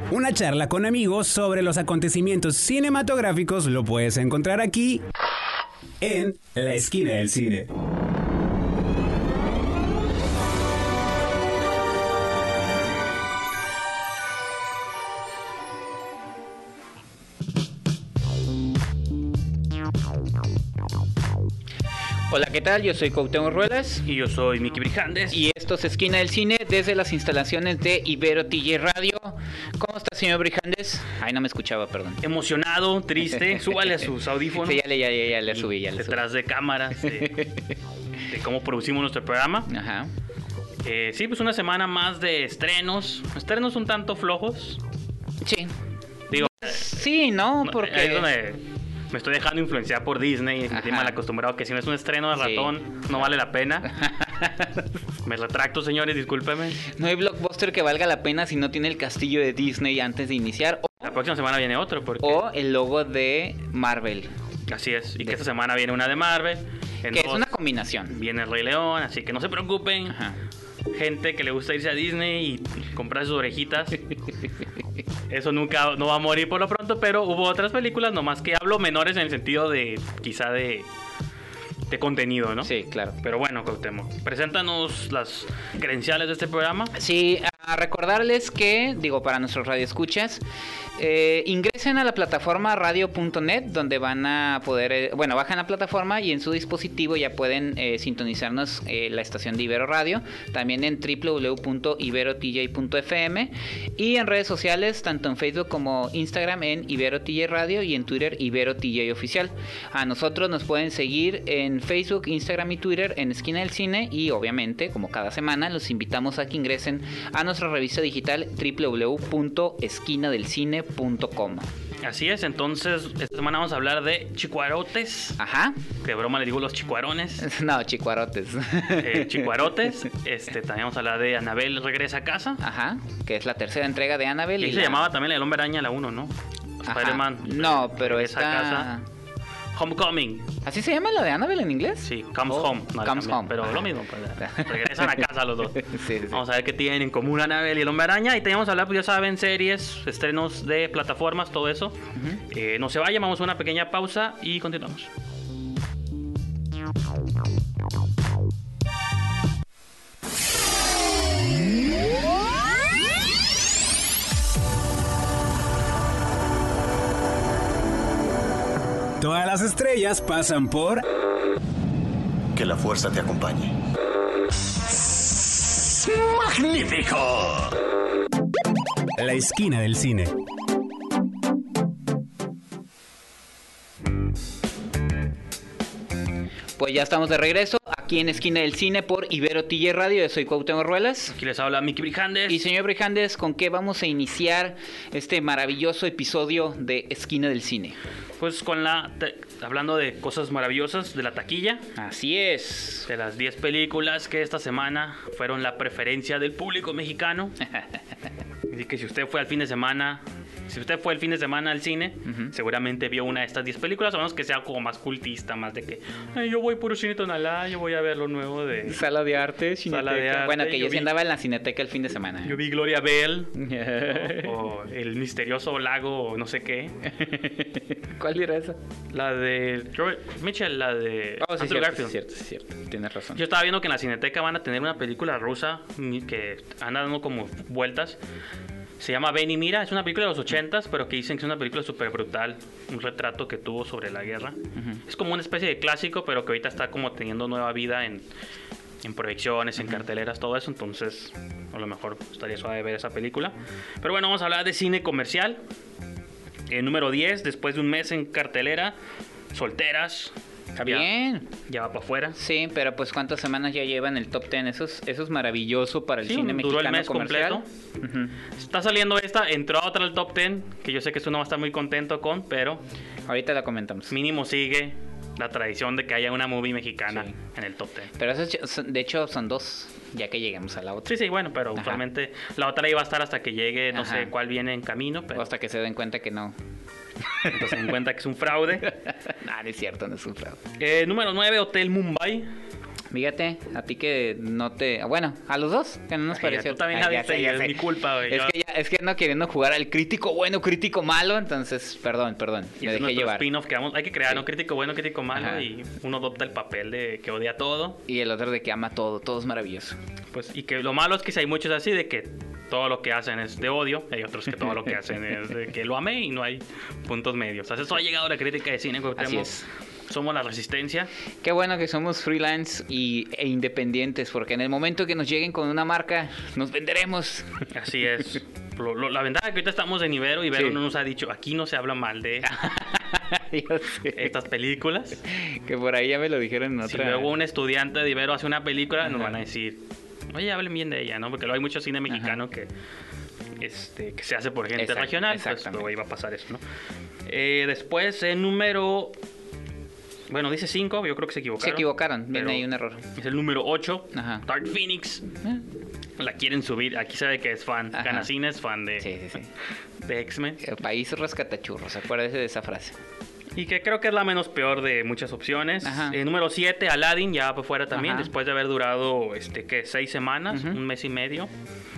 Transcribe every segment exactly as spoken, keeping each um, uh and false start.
Una charla con amigos sobre los acontecimientos cinematográficos lo puedes encontrar aquí en La Esquina del Cine. Hola, ¿qué tal? Yo soy Cuauhtémoc Ruelas. Y yo soy Miki Brijandes. Y esto es Esquina del Cine desde las instalaciones de Ibero T J Radio. ¿Cómo está, señor Brijandes? Ay, no me escuchaba, perdón. Emocionado, triste. Súbale a sus audífonos. Sí, ya le, ya, ya, ya le subí, ya le subí. Detrás de cámaras, de, de cómo producimos nuestro programa. Ajá. Eh, sí, pues una semana más de estrenos. Estrenos un tanto flojos. Sí. Digo, sí, ¿no? Porque... Ahí es donde me estoy dejando influenciar por Disney. Y me estoy mal acostumbrado que si no es un estreno de ratón, sí, no vale la pena. Me retracto, señores, discúlpeme. No hay blockbuster que valga la pena si no tiene el castillo de Disney antes de iniciar. O, la próxima semana viene otro. Porque... O el logo de Marvel. Así es. Y de... que esta semana viene una de Marvel. Que es una combinación. Viene el Rey León, así que no se preocupen. Ajá. Gente que le gusta irse a Disney y comprar sus orejitas. Eso nunca no va a morir por lo pronto, pero hubo otras películas, nomás que hablo menores en el sentido de quizá de, de contenido, ¿no? Sí, claro. Pero bueno, Cuauhtémoc, preséntanos las credenciales de este programa. Sí, a recordarles que, digo, para nuestros radioescuchas, eh, ingresen a la plataforma radio punto net, donde van a poder, eh, bueno, bajan la plataforma y en su dispositivo ya pueden eh, sintonizarnos eh, la estación de Ibero Radio, también en doble u doble u doble u punto ibero t j punto f m y en redes sociales, tanto en Facebook como Instagram en Ibero T J Radio y en Twitter Ibero T J Oficial. A nosotros nos pueden seguir en Facebook, Instagram y Twitter en Esquina del Cine y obviamente, como cada semana, los invitamos a que ingresen a nuestra revista digital doble u doble u doble u punto esquina del cine punto com. Así es, entonces esta semana vamos a hablar de chicuarotes. Ajá. De broma le digo los chicuarones. No, chicuarotes. Eh, chicuarotes. Este, también vamos a hablar de Annabelle regresa a casa. Ajá, que es la tercera entrega de Annabelle. Y, y se la... llamaba también El Hombre Araña la uno, ¿no? Spider-Man. No, pero esa casa. Homecoming. ¿Así se llama la de Annabelle en inglés? Sí, Comes oh, Home. No, comes también, Home. Pero Ajá. Lo mismo, pues, regresan a casa los dos. Sí, sí. Vamos a ver qué tienen en común Annabelle y El Hombre Araña. Y teníamos que hablar, pues ya saben, series, estrenos de plataformas, todo eso. Uh-huh. eh, no se vayan, vamos a una pequeña pausa y continuamos. Todas las estrellas pasan por... Que la fuerza te acompañe. ¡Magnífico! La Esquina del Cine. Pues ya estamos de regreso aquí en Esquina del Cine por Ibero T J Radio. Yo soy Cuauhtémoc Ruelas. Aquí les habla Miki Brijandes. Y señor Brijandes, ¿con qué vamos a iniciar este maravilloso episodio de Esquina del Cine? Pues con la... Te, hablando de cosas maravillosas de la taquilla. Así es. De las diez películas que esta semana fueron la preferencia del público mexicano. Así que si usted fue al fin de semana... Si usted fue el fin de semana al cine, uh-huh, seguramente vio una de estas diez películas, o menos que sea como más cultista, más de que ay, yo voy puro Cine Tonalá, yo voy a ver lo nuevo de... Sala de Arte, Cineteca. Sala de Arte. Bueno, que yo, yo sí vi... andaba en la Cineteca el fin de semana. Yo vi Gloria Bell, o, o El Misterioso Lago, o no sé qué. ¿Cuál era esa? La de Robert Mitchell, la de oh, sí, Andrew cierto, Garfield. Sí, cierto, sí, cierto, tienes razón. Yo estaba viendo que en la Cineteca van a tener una película rusa que anda dando como vueltas. Se llama Ven y Mira, es una película de los ochentas, pero que dicen que es una película súper brutal, un retrato que tuvo sobre la guerra. Uh-huh. Es como una especie de clásico, pero que ahorita está como teniendo nueva vida en, en proyecciones, en uh-huh, carteleras, todo eso. Entonces, a lo mejor estaría suave ver esa película. Pero bueno, vamos a hablar de cine comercial. Eh, número diez, después de un mes en cartelera, Solteras. Está bien. Ya va para afuera. Sí, pero pues cuántas semanas ya llevan el top diez. Eso es, eso es maravilloso para el sí, cine duró mexicano el mes comercial. Completo. Uh-huh. Está saliendo esta, entró otra al top diez, que yo sé que tú no vas a estar muy contento con, pero... Ahorita la comentamos. Mínimo sigue la tradición de que haya una movie mexicana sí, en el top diez. Pero eso es, de hecho son dos, ya que lleguemos a la otra. Sí, sí, bueno, pero ajá, usualmente la otra iba a estar hasta que llegue, no ajá, sé cuál viene en camino. Pero... O hasta que se den cuenta que no. Entonces se den cuenta que es un fraude. No, no es cierto, no es un fraude. Eh, número nueve, Hotel Mumbai. Fíjate, a ti que no te... Bueno, a los dos, que no nos Ay, pareció... tú también Ay, la ya viste sé, y ya es sé. mi culpa, güey. Es Yo- que, ya, es que no queriendo jugar al crítico bueno, crítico malo, entonces, perdón, perdón, Y me es dejé nuestro llevar. spin-off que vamos, hay que crear, Sí. ¿no? Crítico bueno, crítico malo, Ajá. y uno adopta el papel de que odia todo. Y el otro de que ama todo, todo es maravilloso. Pues, y que lo malo es que si hay muchos así de que todo lo que hacen es de odio, hay otros que todo lo que hacen es de que lo amé y no hay puntos medios. Así eso ha llegado la crítica de cine, porque Así tenemos- es. somos la resistencia. Qué bueno que somos freelance y, e independientes, porque en el momento que nos lleguen con una marca, nos venderemos. Así es. Lo- lo- la ventaja es que ahorita estamos en Ibero y Ibero Sí. no nos ha dicho, aquí no se habla mal de Yo sé. estas películas. Que por ahí ya me lo dijeron en Si otra... luego un estudiante de Ibero hace una película, nos Ajá. van a decir, oye, hablen bien de ella, ¿no? Porque luego hay mucho cine mexicano que, este, que se hace por gente Exact- regional, pues exactamente. luego ahí va a pasar eso, ¿no? Eh, después, el número... Bueno, dice cinco, yo creo que se equivocaron. Se equivocaron, viene pero ahí un error. Es el número ocho, Ajá. Dark Phoenix. Eh, La quieren subir, aquí se ve que es fan. Ajá. Canacín es fan de, Sí, sí, sí. de X-Men. El país rescatachurros, acuérdese de esa frase. Y que creo que es la menos peor de muchas opciones. Ajá. Eh, número siete, Aladdin, ya por fuera también, Ajá. después de haber durado, este, ¿qué? Seis semanas, Ujú. un mes y medio.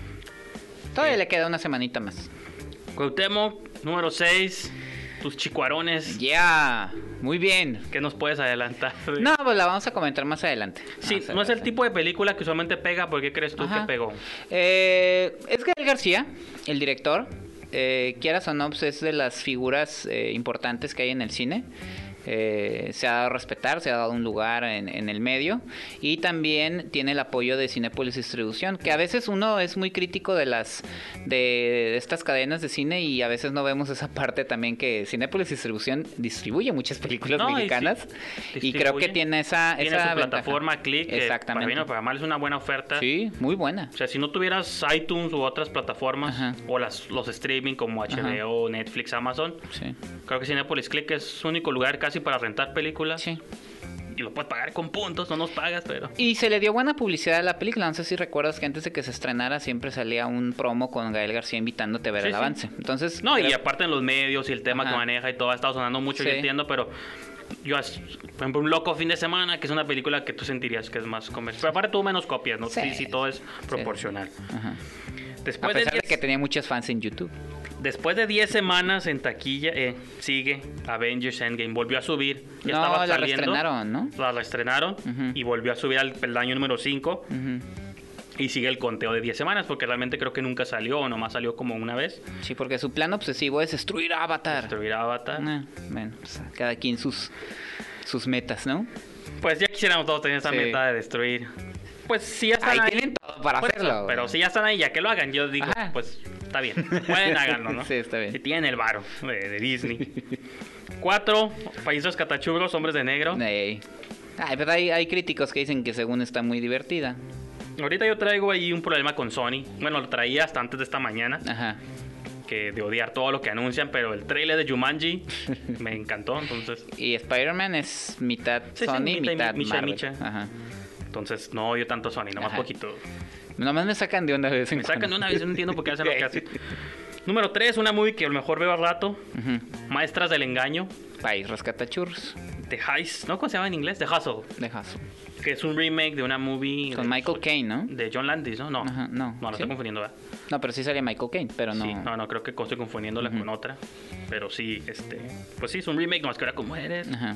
Todavía Sí. le queda una semanita más. Cuauhtémoc, número seis, tus chicuarones. Ya, muy bien. ¿Qué nos puedes adelantar? No, pues la vamos a comentar más adelante. Sí, Más no es el adelante. tipo de película que usualmente pega, ¿por qué crees tú Ajá. que pegó? Eh, es Gael García, el director. Eh, quieras o no, pues es de las figuras eh, importantes que hay en el cine. Eh, se ha dado a respetar, se ha dado un lugar en, en el medio y también tiene el apoyo de Cinépolis Distribución, que a veces uno es muy crítico de las de estas cadenas de cine y a veces no vemos esa parte también que Cinépolis Distribución distribuye muchas películas No, y mexicanas sí, y creo que distribuye. tiene esa, Tiene esa su ventaja. plataforma Click, que para Exactamente. bien o para mal es una buena oferta. Sí, muy buena. O sea, si no tuvieras iTunes u otras plataformas Ajá. o las, los streaming como H B O, Netflix, Amazon, Sí. creo que Cinepolis Click es su único lugar casi para rentar películas. Sí. Y lo puedes pagar con puntos, no nos pagas, pero... Y se le dio buena publicidad a la película. No sé si recuerdas que antes de que se estrenara siempre salía un promo con Gael García invitándote a ver Sí, el sí. avance. Entonces, No, y creo- aparte en los medios y el tema Ajá. que maneja y todo, ha estado sonando mucho, Sí. yo entiendo, pero... Yo, as- por ejemplo, Un Loco Fin de Semana, que es una película que tú sentirías que es más comercial. Pero aparte tuvo menos copias, ¿no? Sí. Sí, sí, todo es proporcional. Ajá. A Después, pesar de de que diez, tenía muchos fans en YouTube. después de diez semanas en taquilla, eh, sigue Avengers Endgame. Volvió a subir. Ya No, estaba la saliendo. reestrenaron, ¿no? La reestrenaron Ujú. y volvió a subir al peldaño número cinco. Ujú. Y sigue el conteo de diez semanas, porque realmente creo que nunca salió, o nomás salió como una vez. Sí, porque su plan obsesivo es destruir a Avatar. Destruir a Avatar. Ah, bueno, pues, cada quien sus, sus metas, ¿no? Pues ya quisiéramos todos tener esa Sí. meta de destruir. Pues si ya están Ahí ahí. tienen todo para por eso, hacerlo. pero güey. si ya están ahí, ya que lo hagan, yo digo, Ajá. pues está bien. Pueden háganlo, ¿no? Sí, está bien. Si tienen el varo de, de Disney. Cuatro, Países Catachurros, Hombres de Negro. Ey. Ay, pero hay, hay críticos que dicen que según está muy divertida. Ahorita yo traigo ahí un problema con Sony. Bueno, lo traía hasta antes de esta mañana. Ajá. Que de odiar todo lo que anuncian, pero el trailer de Jumanji me encantó, entonces... Y Spider-Man es mitad Sí, sí, Sony, mitad y mitad micha y Marvel. micha. Ajá. Entonces no odio tanto Sony, nomás Ajá. poquito. Nomás me sacan de onda de vez en Me sacan de cuando. una vez, yo no entiendo por qué hacen lo que hacen. Número tres, una movie que a lo mejor veo al rato. Ujú. Maestras del Engaño. País rescatachurros. The Heist, ¿no? ¿Cómo se llama en inglés? The Hustle. Dejazo. Que es un remake de una movie... Con de- Michael Caine, ¿no? De John Landis, ¿no? No, Ajá, no. no, lo ¿Sí? estoy confundiendo, ¿verdad? No, pero sí salía Michael Caine, pero no. Sí, no, no, creo que estoy confundiéndola con otra. Pero sí, este... Pues sí, es un remake, nomás que ahora con mujeres. Ajá.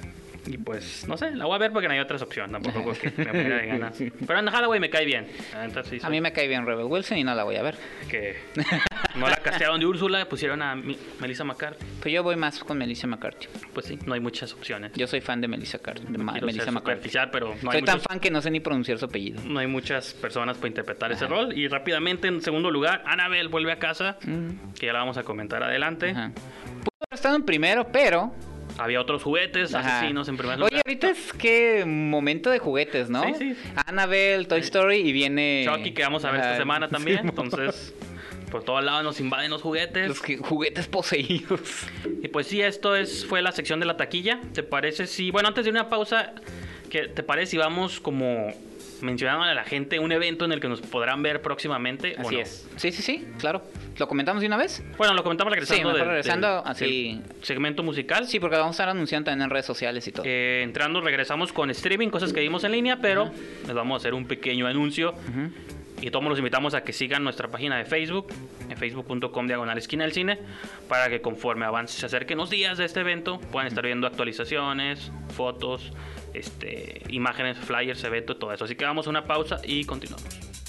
Y pues, no sé, la voy a ver porque no hay otras opciones. Tampoco porque me muera de ganas. Pero Anne Hathaway me cae bien. Entonces, sí, A mí me cae bien Rebel Wilson y no la voy a ver. que no la castearon de Úrsula, pusieron a Mi- Melissa McCarthy. Pues yo voy más con Melissa McCarthy. Pues sí, no hay muchas opciones. Yo soy fan de Melissa, Car de Ma- Quiero Melissa ser McCarthy. superficial, pero no hay, soy tan muchos- fan que no sé ni pronunciar su apellido. no hay muchas personas para interpretar ese Ajá. rol. Y rápidamente, en segundo lugar, Annabelle vuelve a casa, Mm. que ya la vamos a comentar adelante. Ajá. Pudo haber estado en primero, pero... Había otros juguetes, Ajá. asesinos en primer Oye, lugar. ahorita es que momento de juguetes, ¿no? Sí, sí. Annabelle, Toy Story y viene... Chucky, que vamos a ver esta Ajá. semana también. Sí, Entonces, por todos lados nos invaden los juguetes. Los que- juguetes poseídos. Y pues sí, esto es fue la sección de la taquilla. ¿Te parece si... Bueno, antes de una pausa, ¿qué te parece si vamos como mencionaron a la gente un evento en el que nos podrán ver próximamente. Así ¿o no? es. Sí, sí, sí, claro. ¿Lo comentamos de una vez? Bueno, lo comentamos regresando, Sí, mejor del- regresando, del- así. del segmento musical. Sí, porque lo vamos a estar anunciando también en redes sociales y todo. Eh, entrando, regresamos con streaming, cosas que vimos en línea, pero les vamos a hacer un pequeño anuncio. Ujú. Y todos los invitamos a que sigan nuestra página de Facebook, en facebook punto com diagonal esquina del cine, para que conforme avance, se acerquen los días de este evento, puedan estar viendo actualizaciones, fotos, este, imágenes, flyers, evento, todo eso. Así que vamos a una pausa y continuamos.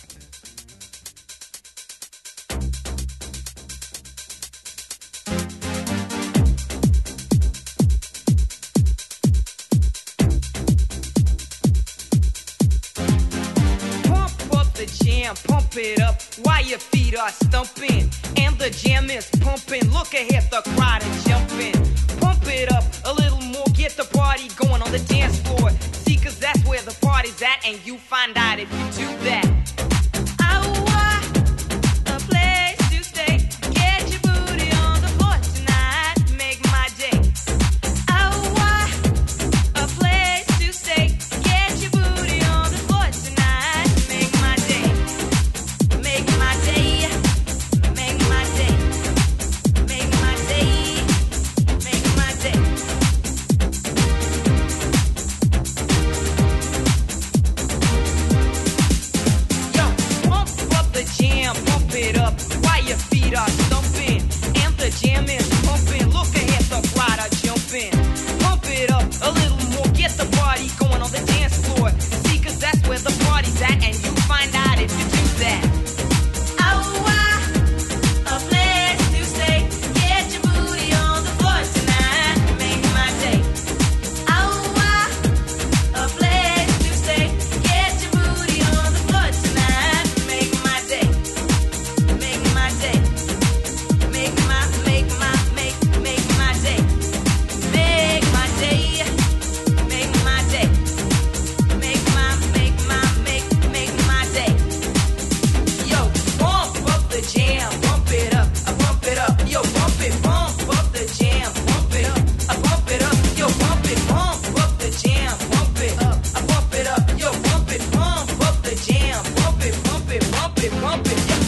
Pump up the jam, pump it up while your feet are stumping. And the jam is pumping. Look ahead, the crowd is jumping. Pump it up a little more, get the party going on the dance floor. See, cause that's where the party's at, and you find out if you do that. Oh, what a place to stay. Get your booty on the floor tonight, make my day. Oh, what a place to stay. Get your booty on the floor tonight, make my day. Make my day. Make my day. Make my day. Make my day. Yo, pump up the jam, pump it up while your feet are stumping. And the jam is pumping. Look ahead, the crowd are jumping. Pump it up a little more, get the party going on the dance floor. See, cause that's where the party's at, and you find out if you do that. Oh, what a place to stay. Get your booty on the floor tonight, make my day. Oh, what a place to stay. Get your booty on the floor tonight, make my day. Make my day. Make my, make my, make, make my day. Make my day. Make my day. Make my, make my, make, make my day. Yo, pump up the jam, pump it up, I pump it up. Yo, pump it, pump up the jam, pump it up, I pump it up. Yo, pump it, pump up the jam, pump it up, I pump it up. Yo, pump it, pump up the jam, pump it, pump it, pump it, pump it. Yo.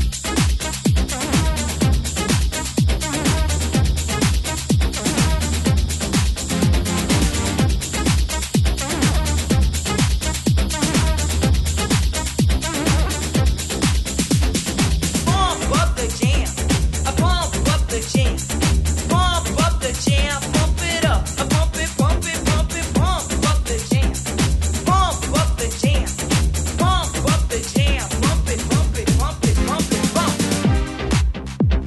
Pump up the jam, I pump up the jam, pump up the jam, pump it up, I pump it, pump it, pump it, pump up the jam, pump up the jam, pump up the jam, pump it, pump it, pump it, pump it, pump.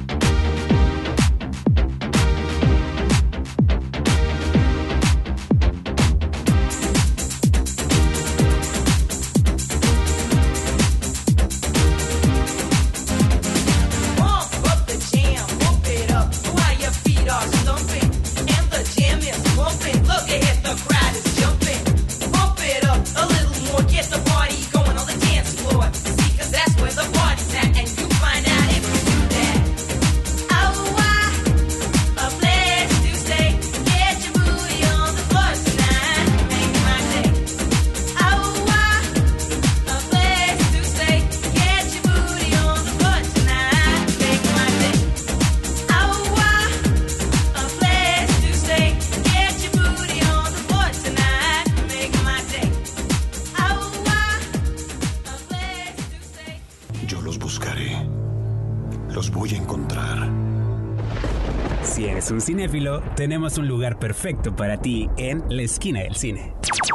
Pump up the jam, pump it up while your feet are stumping. And the jam is pumping. Look ahead, the crowd is jumping. Pump it up a little more, get the party going on the dance floor. See, cause that's where the party's at, and you find out if you do that. Oh, what a place to stay. Get your booty on the floor tonight, make my day. Oh, what a place to stay. Get your booty on the floor tonight, make my day. Oh, what a place to stay. Get your booty on the floor tonight, make my day. Oh, what a place to stay. Yo los buscaré. Los voy a encontrar. Si eres un cinéfilo, tenemos un lugar perfecto para ti en la esquina del cine.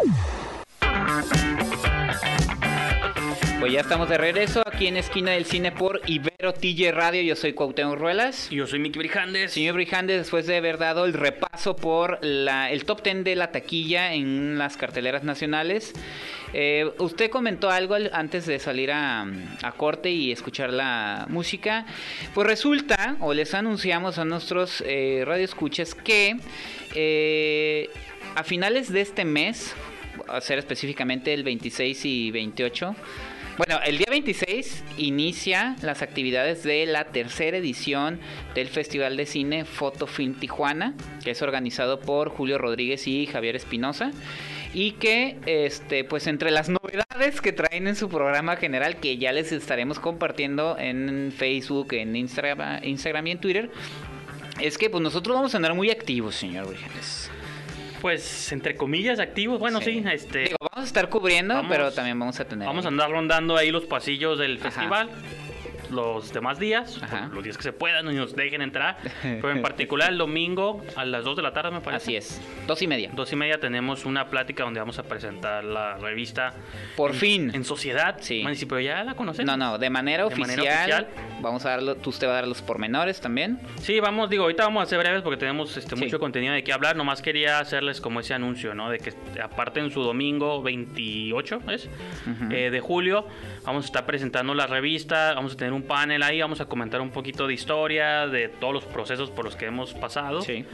Pues ya estamos de regreso aquí en Esquina del Cine por Ibero T J Radio. Yo soy Cuauhtémoc Ruelas. Y yo soy Mickey Brijandes. Señor Brijandes, después de haber dado el repaso por la, el top ten de la taquilla en las carteleras nacionales, eh, usted comentó algo al- antes de salir a, a corte y escuchar la música. Pues resulta, o les anunciamos a nuestros eh, radioescuchas que eh, a finales de este mes, a ser específicamente el veintiséis y veintiocho, bueno, el día veintiséis inicia las actividades de la tercera edición del Festival de Cine Fotofilm Tijuana, que es organizado por Julio Rodríguez y Javier Espinosa. y que este pues entre las novedades que traen en su programa general, que ya les estaremos compartiendo en Facebook, en Instagram, Instagram y en Twitter, es que pues nosotros vamos a andar muy activos, señor Brijandes. Pues, entre comillas, activos. Bueno, sí, sí este... Digo, vamos a estar cubriendo, vamos, pero también vamos a tener... Vamos ahí. a andar rondando ahí los pasillos del festival. Ajá. Los demás días, los días que se puedan y nos dejen entrar, pero en particular el domingo a las dos de la tarde, me parece. Así es, dos y media. Dos y media tenemos una plática donde vamos a presentar la revista. Por en, fin. En sociedad. Sí. Man, sí, pero ya la conocemos. No, no, de manera, de oficial, manera oficial. Vamos a darlo, tú usted va a dar los pormenores también. Sí, vamos, digo, ahorita vamos a ser breves porque tenemos este sí. mucho contenido de qué hablar. Nomás quería hacerles como ese anuncio, ¿no? De que aparte en su domingo veintiocho, ¿es? Uh-huh. eh, de julio, vamos a estar presentando la revista, vamos a tener un panel ahí, vamos a comentar un poquito de historia, de todos los procesos por los que hemos pasado. Sí.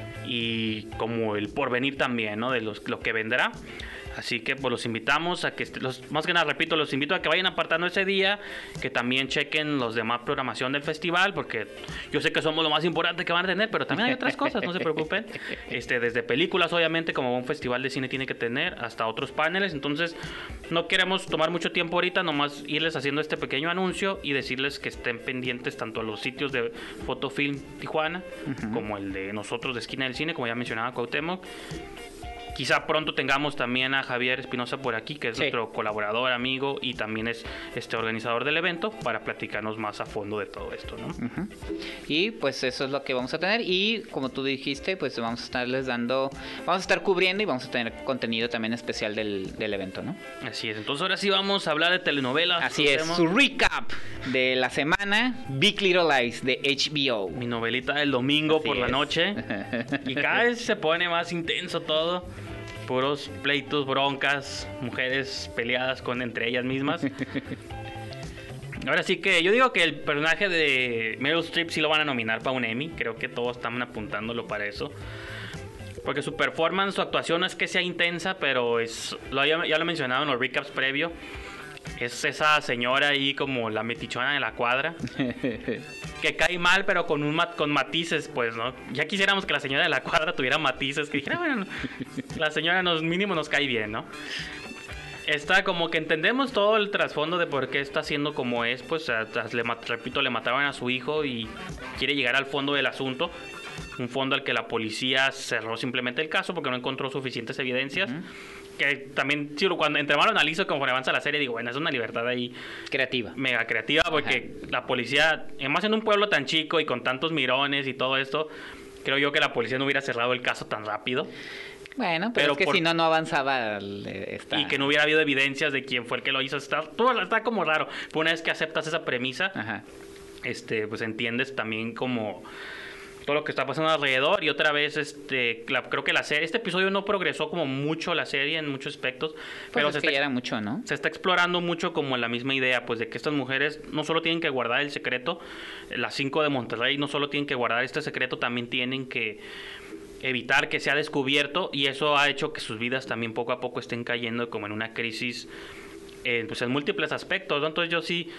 Y como el porvenir también, ¿no? De los, lo que vendrá. Así que pues los invitamos a que, los, más que nada, repito, los invito a que vayan apartando ese día, que también chequen los demás programación del festival, porque yo sé que somos lo más importante que van a tener, pero también hay otras cosas, no se preocupen. Este, desde películas, obviamente, como un festival de cine tiene que tener, hasta otros paneles. Entonces, no queremos tomar mucho tiempo ahorita, nomás irles haciendo este pequeño anuncio y decirles que estén pendientes tanto a los sitios de Fotofilm Tijuana, uh-huh. como el de nosotros de Esquina del Cine, como ya mencionaba Cuauhtémoc. Quizá pronto tengamos también a Javier Espinosa por aquí, que es sí. nuestro colaborador, amigo, y también es este organizador del evento, para platicarnos más a fondo de todo esto, ¿no? Uh-huh. Y pues eso es lo que vamos a tener, y como tú dijiste, pues vamos a estarles dando, vamos a estar cubriendo y vamos a tener contenido también especial del, del evento, ¿no? Así es, entonces ahora sí vamos a hablar de telenovelas. Así es, su recap de la semana, Big Little Lies de H B O. Mi novelita del domingo Así por es. la noche, y cada vez se pone más intenso todo. Puros pleitos, broncas, mujeres peleadas con entre ellas mismas. Ahora sí que yo digo que el personaje de Meryl Streep sí lo van a nominar para un Emmy. Creo que todos están apuntándolo para eso. Porque su performance, su actuación no es que sea intensa, pero es lo, ya, ya lo he mencionado en los recaps previo. Es esa señora ahí como la metichona de la cuadra. Que cae mal, pero con un mat, con matices, pues, ¿no? Ya quisiéramos que la señora de la cuadra tuviera matices. Que dijera, bueno, la señora nos, mínimo nos cae bien, ¿no? Está como que entendemos todo el trasfondo de por qué está haciendo como es. Pues, a, a, le, repito, le mataron a su hijo y quiere llegar al fondo del asunto. Un fondo al que la policía cerró simplemente el caso porque no encontró suficientes evidencias. Uh-huh. Que también, sí, cuando entre más lo analizo, como avanza la serie, digo, bueno, es una libertad ahí creativa, mega creativa, porque Ajá. la policía, además en un pueblo tan chico y con tantos mirones y todo esto, creo yo que la policía no hubiera cerrado el caso tan rápido. Bueno, pero, pero es que por... si no, no avanzaba esta... Y que no hubiera habido evidencias de quién fue el que lo hizo. Está, todo, está como raro. Pero una vez que aceptas esa premisa, Ajá. este, pues entiendes también como... todo lo que está pasando alrededor. Y otra vez este la, creo que la serie, este episodio no progresó como mucho la serie en muchos aspectos, pues pero es se que está, ya era mucho, ¿no? Se está explorando mucho como la misma idea, pues de que estas mujeres no solo tienen que guardar el secreto, las cinco de Monterrey no solo tienen que guardar este secreto, también tienen que evitar que sea descubierto, y eso ha hecho que sus vidas también poco a poco estén cayendo como en una crisis eh, pues en múltiples aspectos, ¿no? Entonces yo sí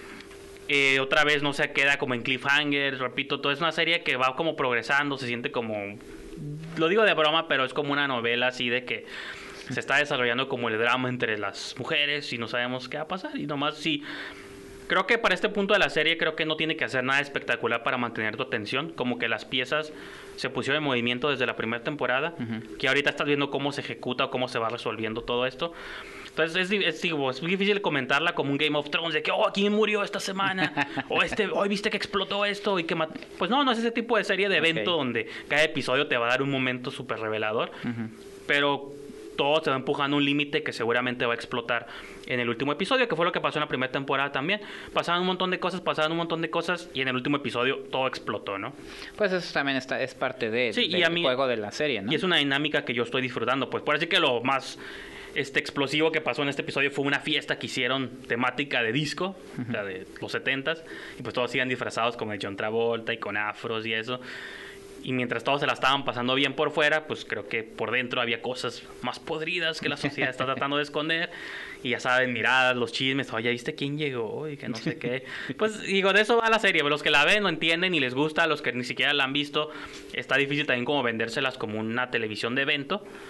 Eh, otra vez no se queda como en cliffhanger, repito, todo es una serie que va como progresando, se siente como, lo digo de broma, pero es como una novela así de que se está desarrollando como el drama entre las mujeres y no sabemos qué va a pasar, y nomás sí, creo que para este punto de la serie creo que no tiene que hacer nada espectacular para mantener tu atención, como que las piezas se pusieron en movimiento desde la primera temporada, uh-huh. que ahorita estás viendo cómo se ejecuta o cómo se va resolviendo todo esto. Entonces es, es, es, es difícil comentarla como un Game of Thrones de que, oh, ¿quién murió esta semana? O este, hoy viste que explotó esto y que mat-. Pues no, no es ese tipo de serie de evento okay. donde cada episodio te va a dar un momento súper revelador. Uh-huh. Pero todo se va empujando a un límite que seguramente va a explotar en el último episodio, que fue lo que pasó en la primera temporada también. Pasaban un montón de cosas, pasaban un montón de cosas, y en el último episodio todo explotó, ¿no? Pues eso también está, es parte de, sí, del y a mí, juego de la serie, ¿no? Y es una dinámica que yo estoy disfrutando, pues por así que lo más este explosivo que pasó en este episodio fue una fiesta que hicieron temática de disco, uh-huh. o sea, de los setentas, y pues todos iban disfrazados como de John Travolta y con afros y eso. Y mientras todos se la estaban pasando bien por fuera, pues creo que por dentro había cosas más podridas que la sociedad está tratando de esconder. Y ya saben, miradas, los chismes, oye, ¿viste quién llegó? Y que no sé qué. Pues digo, de eso va la serie. Los que la ven lo entienden y les gusta. Los que ni siquiera la han visto, está difícil también como vendérselas como una televisión de evento.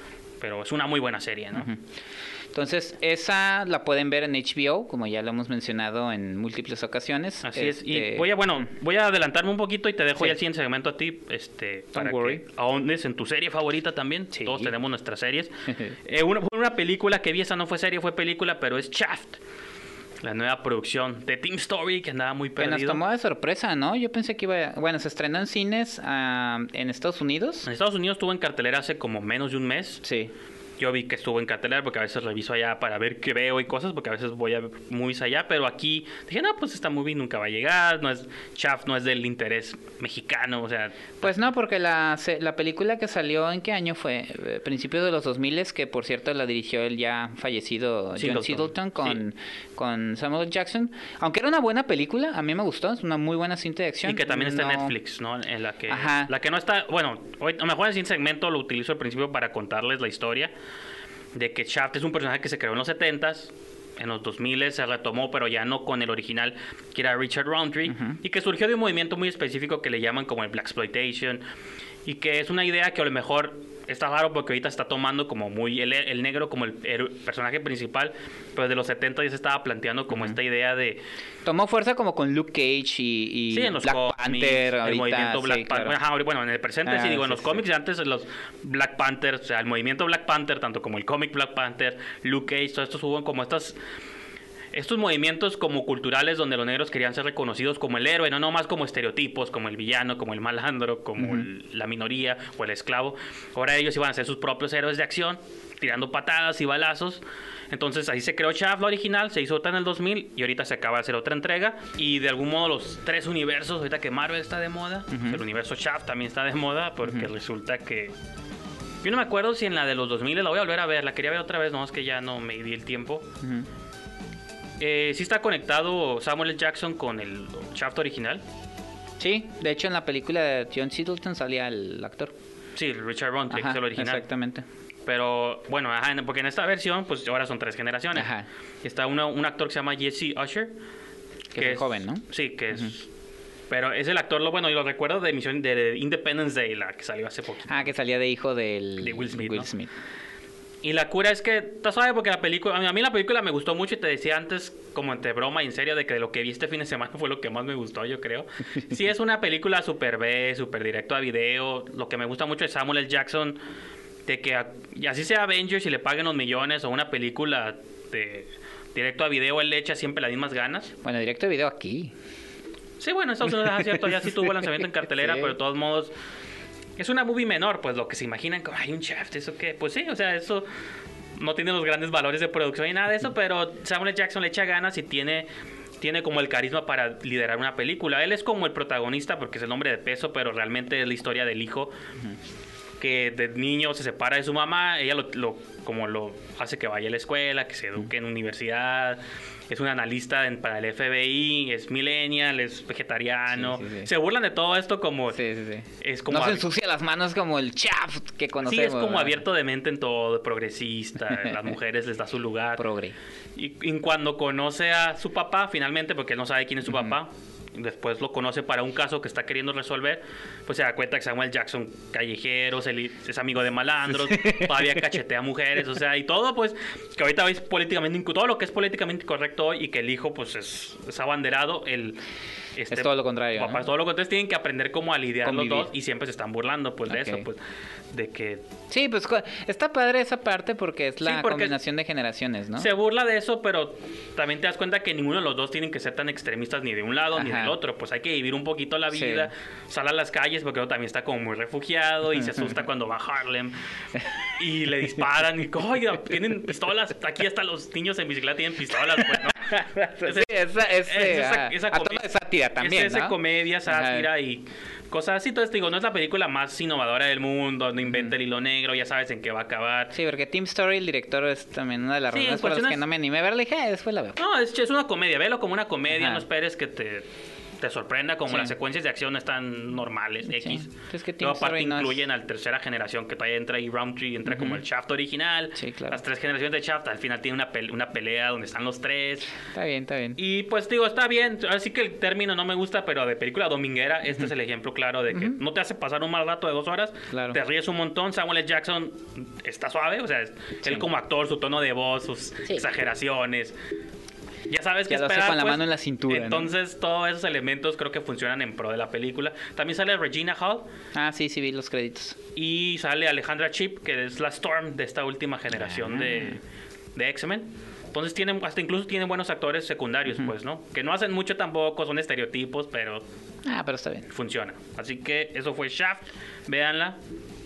pero es una muy buena serie, ¿no? Uh-huh. Entonces, esa la pueden ver en H B O, como ya lo hemos mencionado en múltiples ocasiones. Así es. Este, Y voy a, bueno, voy a adelantarme un poquito y te dejo Sí. ya el siguiente segmento a ti, este, para worry. que ahondes en tu serie favorita también. Sí. Todos tenemos nuestras series. eh, una, una película que vi, esa no fue serie, fue película, pero es Shaft. La nueva producción de Team Story, que andaba muy Que perdido. nos tomó de sorpresa, ¿no? Yo pensé que iba... Bueno, se estrenó en cines uh, en Estados Unidos. En Estados Unidos estuvo en cartelera hace como menos de un mes. Sí. Yo vi que estuvo en cartelera porque a veces reviso allá para ver qué veo y cosas, porque a veces voy a movies allá, pero aquí dije, no, pues esta movie nunca va a llegar, no es Shaft, no es del interés mexicano, o sea... Pues no, porque la, se- la película que salió, ¿en qué año fue? Eh, Principios de los dos mil, que por cierto la dirigió el ya fallecido John Singleton. Singleton con, con Samuel Jackson. Aunque era una buena película, a mí me gustó, es una muy buena cinta de acción. Y que también está en No- Netflix, ¿no? En la que, Ajá. la que no está... Bueno, hoy, a lo mejor en el siguiente segmento lo utilizo al principio para contarles la historia de que Shaft es un personaje que se creó en los setentas, en los dos mil se retomó, pero ya no con el original, que era Richard Roundtree, Ujú. y que surgió de un movimiento muy específico que le llaman como el Blaxploitation, y que es una idea que a lo mejor está raro porque ahorita está tomando como muy el, el negro como el, el personaje principal, pero desde los setenta ya se estaba planteando como esta idea de... Tomó fuerza como con Luke Cage y, y Sí, en los Black cómics, Panther. el ahorita, movimiento Black sí, Panther. claro. Ajá, ahorita- bueno, en el presente Ah, sí digo, en sí, los sí. cómics de antes, los Black Panther, o sea, el movimiento Black Panther, tanto como el cómic Black Panther, Luke Cage, todos estos hubo como estas... Estos movimientos como culturales donde los negros querían ser reconocidos como el héroe, no nomás como estereotipos, como el villano, como el malandro, como Ujú. el- la minoría o el esclavo. Ahora ellos iban a ser sus propios héroes de acción, tirando patadas y balazos. Entonces ahí se creó Shaft, la original, se hizo otra en el dos mil y ahorita se acaba de hacer otra entrega. Y de algún modo los tres universos, ahorita que Marvel está de moda, Ujú. el universo Shaft también está de moda porque resulta que... Yo no me acuerdo si en la de los dos mil la voy a volver a ver, la quería ver otra vez, no es que ya no me di el tiempo. Ujú. Eh, sí está conectado Samuel L. Jackson con el Shaft original. Sí, de hecho en la película de John Singleton salía el actor. Sí, Richard Roundtree, que Ajá, es el original. exactamente. Pero bueno, ajá, en- porque en esta versión, pues ahora son tres generaciones. Ajá. Está una- un actor que se llama Jesse Usher. Que es joven, ¿no? Sí, que es... Pero es el actor, lo bueno, y lo recuerdo de emisión de Independence Day, la que salió hace poquito. Ah, que salía de hijo del... De Will Smith, Will ¿no? Smith. Y la cura es que, tú sabes, porque la película, a mí, a mí la película me gustó mucho y te decía antes, como entre broma y en serio, de que de lo que vi este fin de semana fue lo que más me gustó, yo creo. Sí, es una película super B, super directo a video. Lo que me gusta mucho de Samuel L. Jackson, de que a- y así sea Avengers y le paguen los millones o una película de directo a video, él le echa siempre las mismas ganas. Bueno, directo de video aquí. Sí, bueno, en Estados Unidos es cierto, ya sí tuvo lanzamiento en cartelera, Sí. pero de todos modos es una movie menor, pues lo que se imaginan como, hay un Shaft, ¿eso qué? Pues sí, o sea, eso no tiene los grandes valores de producción y nada de eso, pero Samuel L. Jackson le echa ganas y tiene, tiene como el carisma para liderar una película. Él es como el protagonista porque es el hombre de peso, pero realmente es la historia del hijo que de niño se separa de su mamá, ella lo, lo- como lo hace que vaya a la escuela, que se eduque en universidad, es un analista en- para el F B I, es millennial, es vegetariano, Sí, sí, sí. se burlan de todo esto como Sí, sí, sí. es como no se ab- ensucia las manos como el Shaft que sí, conocemos. es como ¿verdad? abierto de mente en todo, progresista, las mujeres les da su lugar. Progre. Y, y cuando conoce a su papá, finalmente, porque él no sabe quién es su papá, después lo conoce para un caso que está queriendo resolver, pues se da cuenta que Samuel Jackson, callejero, se li- es amigo de malandros, todavía cachetea mujeres, o sea, y todo, pues, que ahorita es políticamente, inco- todo lo que es políticamente correcto hoy y que el hijo, pues, es, es abanderado, el... Este, Es todo lo contrario, Papá ¿no? es todo lo contrario, tienen que aprender cómo a lidiar los Convivir. dos y siempre se están burlando, pues, de Ok. eso, pues, de que Sí, pues co- está padre esa parte porque es la Sí, porque combinación de generaciones, ¿no? se burla de eso, pero también te das cuenta que ninguno de los dos tienen que ser tan extremistas ni de un lado ni Ajá. del otro. Pues hay que vivir un poquito la Sí. vida, sale a las calles porque uno también está como muy refugiado y se asusta cuando va a Harlem y le disparan y oiga, tienen pistolas. Aquí hasta los niños en bicicleta tienen pistolas, pues no. Sí, esa, Es ese, esa- ah, esa a tono comi- de sátira también, es esa ¿no? comedia, sátira Ajá. y cosas así. Entonces te digo, no es la película más innovadora del mundo, no inventa el hilo negro, ya sabes en qué va a acabar. Sí, porque Team Story, el director, es también una de las Sí, razones por las cuestiones- que no me animé a verla. Dije, "Eh, después la veo". No, es, es una comedia, velo como una comedia, Ajá. no esperes que te, te sorprenda, como Sí. las secuencias de acción están normales, Sí. X. Es que Luego Tim aparte Story no es- incluyen a la tercera generación, que todavía entra ahí Roundtree, entra como el Shaft original. Sí, claro. Las tres generaciones de Shaft, al final tiene una, pele- una pelea donde están los tres. Está bien, está bien. Y pues digo, está bien, así que el término no me gusta, pero de película dominguera, este es el ejemplo claro de que no te hace pasar un mal rato de dos horas, Claro. te ríes un montón. Samuel L. Jackson está suave, o sea, es- él como actor, su tono de voz, sus exageraciones. Ya sabes que Ya lo hace esperar, con la pues. mano en la cintura, ¿no? Entonces, todos esos elementos creo que funcionan en pro de la película. También sale Regina Hall Ah, sí, sí, vi los créditos. y sale Alejandra Chip, que es la Storm de esta última generación de, de X-Men. Entonces tienen, hasta incluso tienen buenos actores secundarios, pues, ¿no? Que no hacen mucho tampoco, son estereotipos, pero Ah, pero está bien. funciona. Así que eso fue Shaft, véanla.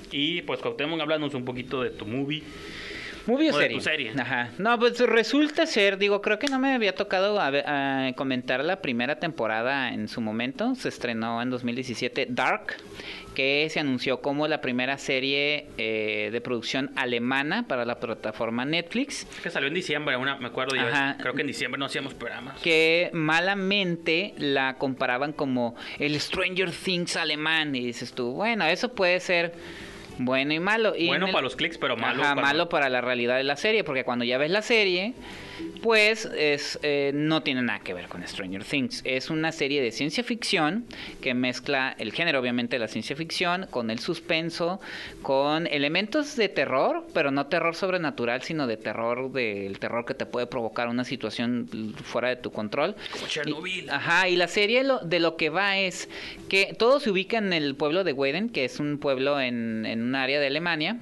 Y pues Cuauhtémoc, háblanos un poquito de tu movie. ¿Movie o O de serie? tu serie. Ajá. No, pues resulta ser, digo, creo que no me había tocado a ver- a comentar la primera temporada en su momento. Se estrenó en dos mil diecisiete Dark, que se anunció como la primera serie eh, de producción alemana para la plataforma Netflix. Que salió en diciembre, una, me acuerdo yo. Ajá. Creo que en diciembre no hacíamos programas. Que malamente la comparaban como el Stranger Things alemán. Y dices tú, bueno, eso puede ser bueno y malo. Y Bueno en el- para los clics, pero malo Ajá, para... malo para la realidad de la serie, porque cuando ya ves la serie, pues es eh, no tiene nada que ver con Stranger Things. Es una serie de ciencia ficción que mezcla el género, obviamente, de la ciencia ficción con el suspenso, con elementos de terror, pero no terror sobrenatural, sino de terror, del terror que te puede provocar una situación fuera de tu control. Como Chernobyl. Y- ajá, y la serie lo, de lo que va es que todo se ubica en el pueblo de Weiden, que es un pueblo en, en un área de Alemania,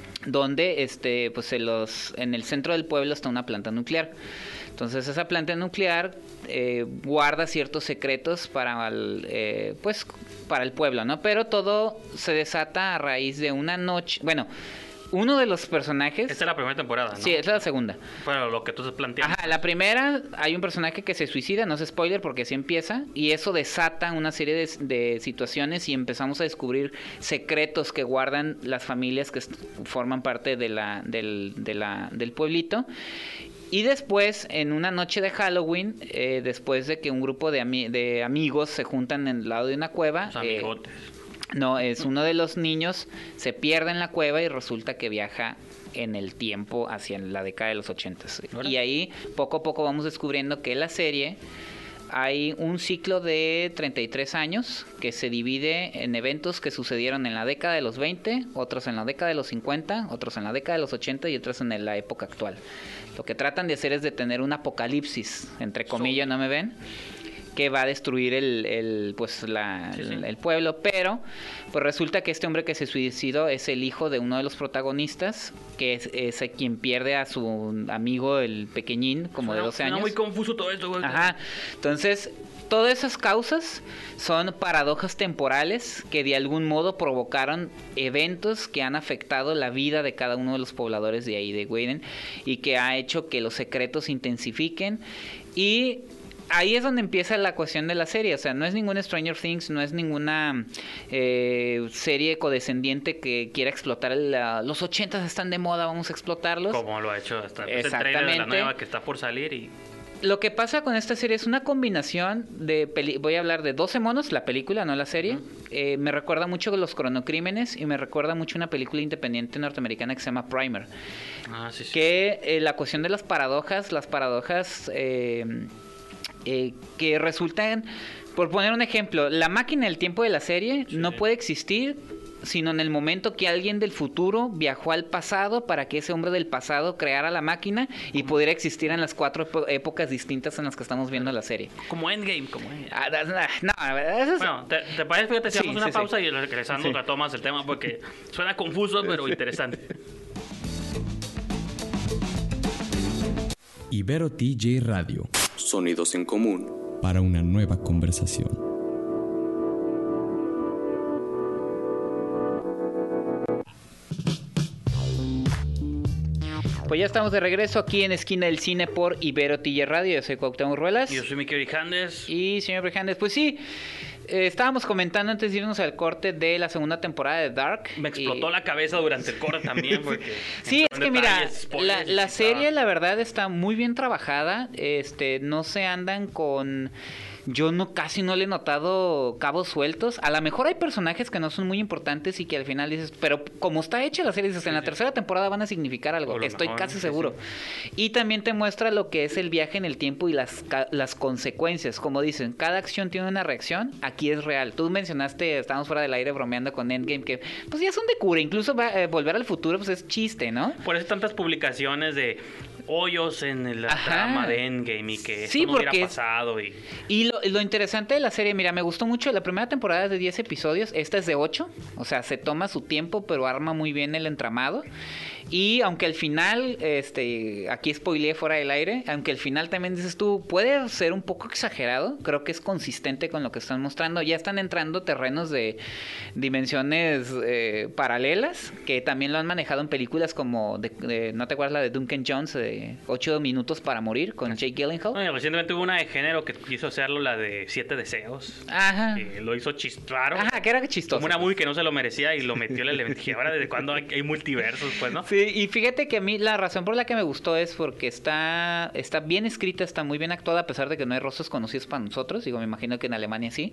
donde este pues en los en el centro del pueblo está una planta nuclear. Entonces esa planta nuclear eh, guarda ciertos secretos para el, eh, pues para el pueblo, ¿no? Pero todo se desata a raíz de una noche. Bueno, uno de los personajes. Esta es la primera temporada, ¿no? Sí, esta es la segunda. Pero lo que tú te planteas. Ajá, la primera hay un personaje que se suicida, no es spoiler porque así empieza, y eso desata una serie de, de situaciones y empezamos a descubrir secretos que guardan las familias que est- forman parte de la, del, de la, del pueblito. Y después, en una noche de Halloween, eh, después de que un grupo de, ami- de amigos se juntan en el lado de una cueva, Los eh, amigotes. no, es uno de los niños, se pierde en la cueva y resulta que viaja en el tiempo hacia la década de los ochentas. Y ahí poco a poco vamos descubriendo que la serie hay un ciclo de treinta y tres años que se divide en eventos que sucedieron en la década de los veinte, otros en la década de los cincuenta, otros en la década de los ochenta y otros en la época actual. Lo que tratan de hacer es de tener un apocalipsis, entre comillas, ¿no me ven? Que va a destruir el, el pues la, Sí, sí. El, el pueblo, pero pues resulta que este hombre que se suicidó es el hijo de uno de los protagonistas, que es, es el quien pierde a su amigo el pequeñín, como de Suena- doce suena años. muy confuso todo esto, güey. Ajá, entonces todas esas causas son paradojas temporales que de algún modo provocaron eventos que han afectado la vida de cada uno de los pobladores de ahí de Weiden y que ha hecho que los secretos se intensifiquen. Y ahí es donde empieza la cuestión de la serie. O sea, no es ningún Stranger Things, no es ninguna eh, serie codescendiente que quiera explotar el, la- los ochentas están de moda, vamos a explotarlos. Como lo ha hecho hasta el trailer de la Exactamente. nueva que está por salir y... Lo que pasa con esta serie es una combinación de... peli- voy a hablar de doce monos, la película, no la serie. Eh, me recuerda mucho los cronocrímenes y me recuerda mucho una película independiente norteamericana que se llama Primer. Ah, sí, sí. Que eh, la cuestión de las paradojas, las paradojas eh, eh, que resultan... Por poner un ejemplo, la máquina del tiempo de la serie no puede existir sino en el momento que alguien del futuro viajó al pasado para que ese hombre del pasado creara la máquina y pudiera existir en las cuatro epo- épocas distintas en las que estamos viendo la serie. Como Endgame, como Endgame. Ah, das- nah, no, la verdad, eso es- Bueno, ¿te, te parece? Fíjate, si Sí, hacemos una sí, sí. pausa y regresando Sí. retomas el tema porque suena confuso, pero interesante. Ibero T J Radio. Sonidos en común. Para una nueva conversación. Pues ya estamos de regreso aquí en Esquina del Cine por Ibero T J Radio. Yo soy Cuauhtémoc Ruelas. Yo soy Miki Orijandes. Y señor Brijandes, pues sí, eh, estábamos comentando antes de irnos al corte de la segunda temporada de Dark. Me explotó Y- la cabeza durante el corte también porque... Sí, entró es en que mira, detalles, spoilers, la, la y serie estaba- la verdad está muy bien trabajada, este, no se andan con yo no casi no le he notado cabos sueltos. A lo mejor hay personajes que no son muy importantes y que al final dices, pero como está hecha la serie, dices, en la tercera temporada van a significar algo. Por lo Estoy mejor, casi sí, seguro. sí. Y también te muestra lo que es el viaje en el tiempo y las, ca- las consecuencias. Como dicen, cada acción tiene una reacción. Aquí es real. Tú mencionaste, estábamos fuera del aire bromeando con Endgame, que pues ya son de cura. Incluso va, eh, Volver al Futuro pues es chiste, ¿no? Por eso tantas publicaciones de hoyos en la Ajá. trama de Endgame y que Sí, esto no hubiera porque es- pasado. Y... Y lo, lo interesante de la serie, mira, me gustó mucho. La primera temporada es de diez episodios, esta es de ocho. O sea, se toma su tiempo, pero arma muy bien el entramado. Y aunque al final, este, aquí spoileé fuera del aire, aunque al final también dices tú, puede ser un poco exagerado, creo que es consistente con lo que están mostrando. Ya están entrando terrenos de dimensiones eh, paralelas, que también lo han manejado en películas como, de, de- ¿no te acuerdas la de Duncan Jones, de ocho minutos para morir, con Jake Gyllenhaal? Bueno, recientemente hubo una de género que quiso hacerlo, la de Siete Deseos. Ajá. Que lo hizo chis- raro. Ajá, que era chistoso. Como una movie que no se lo merecía y lo metió el elemento. Y ahora, ¿desde cuándo hay, hay multiversos? Pues, ¿no? Sí, y fíjate que a mí la razón por la que me gustó es porque está, está bien escrita, está muy bien actuada, a pesar de que no hay rostros conocidos para nosotros. Digo, me imagino que en Alemania sí.